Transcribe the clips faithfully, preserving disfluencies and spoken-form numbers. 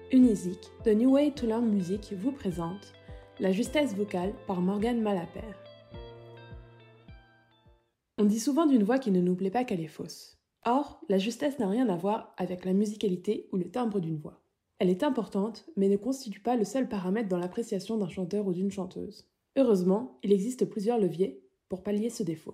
Unizik, The New Way to Learn Music vous présente La justesse vocale par Morgane Malapert. On dit souvent d'une voix qui ne nous plaît pas qu'elle est fausse. Or, la justesse n'a rien à voir avec la musicalité ou le timbre d'une voix. Elle est importante, mais ne constitue pas le seul paramètre dans l'appréciation d'un chanteur ou d'une chanteuse. Heureusement, il existe plusieurs leviers pour pallier ce défaut.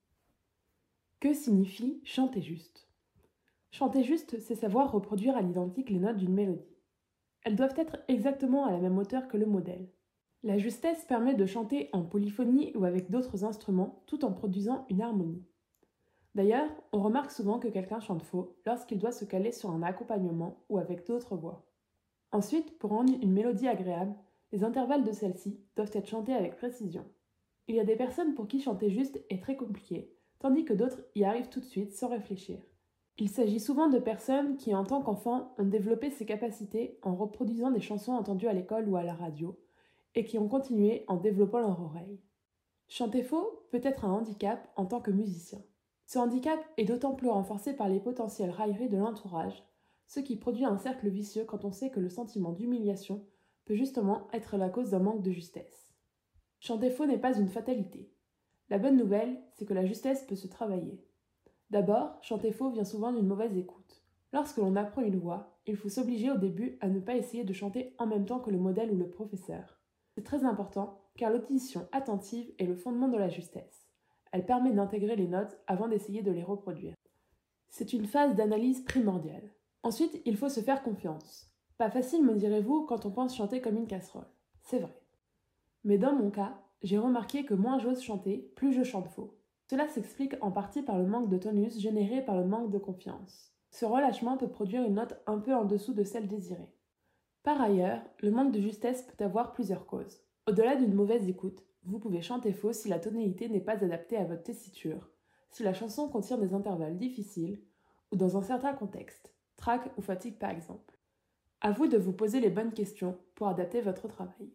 Que signifie chanter juste ? Chanter juste, c'est savoir reproduire à l'identique les notes d'une mélodie. Elles doivent être exactement à la même hauteur que le modèle. La justesse permet de chanter en polyphonie ou avec d'autres instruments tout en produisant une harmonie. D'ailleurs, on remarque souvent que quelqu'un chante faux lorsqu'il doit se caler sur un accompagnement ou avec d'autres voix. Ensuite, pour rendre une mélodie agréable, les intervalles de celle-ci doivent être chantés avec précision. Il y a des personnes pour qui chanter juste est très compliqué, tandis que d'autres y arrivent tout de suite sans réfléchir. Il s'agit souvent de personnes qui, en tant qu'enfants, ont développé ces capacités en reproduisant des chansons entendues à l'école ou à la radio, et qui ont continué en développant leur oreille. Chanter faux peut être un handicap en tant que musicien. Ce handicap est d'autant plus renforcé par les potentielles railleries de l'entourage, ce qui produit un cercle vicieux quand on sait que le sentiment d'humiliation peut justement être la cause d'un manque de justesse. Chanter faux n'est pas une fatalité. La bonne nouvelle, c'est que la justesse peut se travailler. D'abord, chanter faux vient souvent d'une mauvaise écoute. Lorsque l'on apprend une voix, il faut s'obliger au début à ne pas essayer de chanter en même temps que le modèle ou le professeur. C'est très important car l'audition attentive est le fondement de la justesse. Elle permet d'intégrer les notes avant d'essayer de les reproduire. C'est une phase d'analyse primordiale. Ensuite, il faut se faire confiance. Pas facile, me direz-vous, quand on pense chanter comme une casserole. C'est vrai. Mais dans mon cas, j'ai remarqué que moins j'ose chanter, plus je chante faux. Cela s'explique en partie par le manque de tonus généré par le manque de confiance. Ce relâchement peut produire une note un peu en dessous de celle désirée. Par ailleurs, le manque de justesse peut avoir plusieurs causes. Au-delà d'une mauvaise écoute, vous pouvez chanter faux si la tonalité n'est pas adaptée à votre tessiture, si la chanson contient des intervalles difficiles, ou dans un certain contexte, trac ou fatigue par exemple. À vous de vous poser les bonnes questions pour adapter votre travail.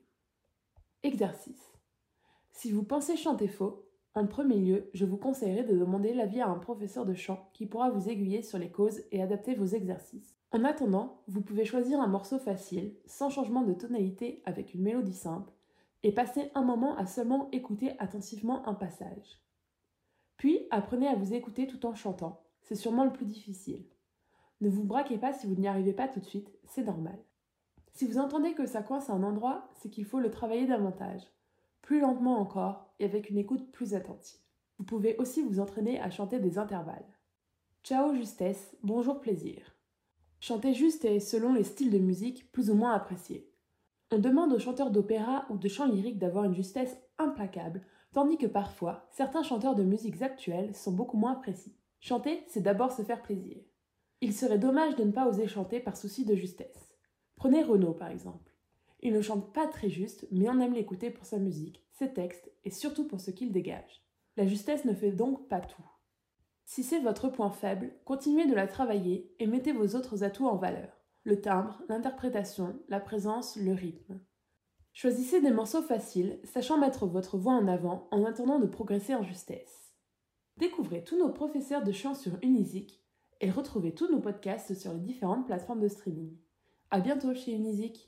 Exercice. Si vous pensez chanter faux, en premier lieu, je vous conseillerais de demander l'avis à un professeur de chant qui pourra vous aiguiller sur les causes et adapter vos exercices. En attendant, vous pouvez choisir un morceau facile, sans changement de tonalité avec une mélodie simple, et passer un moment à seulement écouter attentivement un passage. Puis, apprenez à vous écouter tout en chantant, c'est sûrement le plus difficile. Ne vous braquez pas si vous n'y arrivez pas tout de suite, c'est normal. Si vous entendez que ça coince à un endroit, c'est qu'il faut le travailler davantage. Plus lentement encore et avec une écoute plus attentive. Vous pouvez aussi vous entraîner à chanter des intervalles. Ciao justesse, bonjour plaisir. Chanter juste est, selon les styles de musique, plus ou moins apprécié. On demande aux chanteurs d'opéra ou de chant lyrique d'avoir une justesse implacable, tandis que parfois, certains chanteurs de musiques actuelles sont beaucoup moins précis. Chanter, c'est d'abord se faire plaisir. Il serait dommage de ne pas oser chanter par souci de justesse. Prenez Renaud par exemple. Il ne chante pas très juste, mais on aime l'écouter pour sa musique, ses textes et surtout pour ce qu'il dégage. La justesse ne fait donc pas tout. Si c'est votre point faible, continuez de la travailler et mettez vos autres atouts en valeur. Le timbre, l'interprétation, la présence, le rythme. Choisissez des morceaux faciles, sachant mettre votre voix en avant en attendant de progresser en justesse. Découvrez tous nos professeurs de chant sur Unizik et retrouvez tous nos podcasts sur les différentes plateformes de streaming. À bientôt chez Unizik.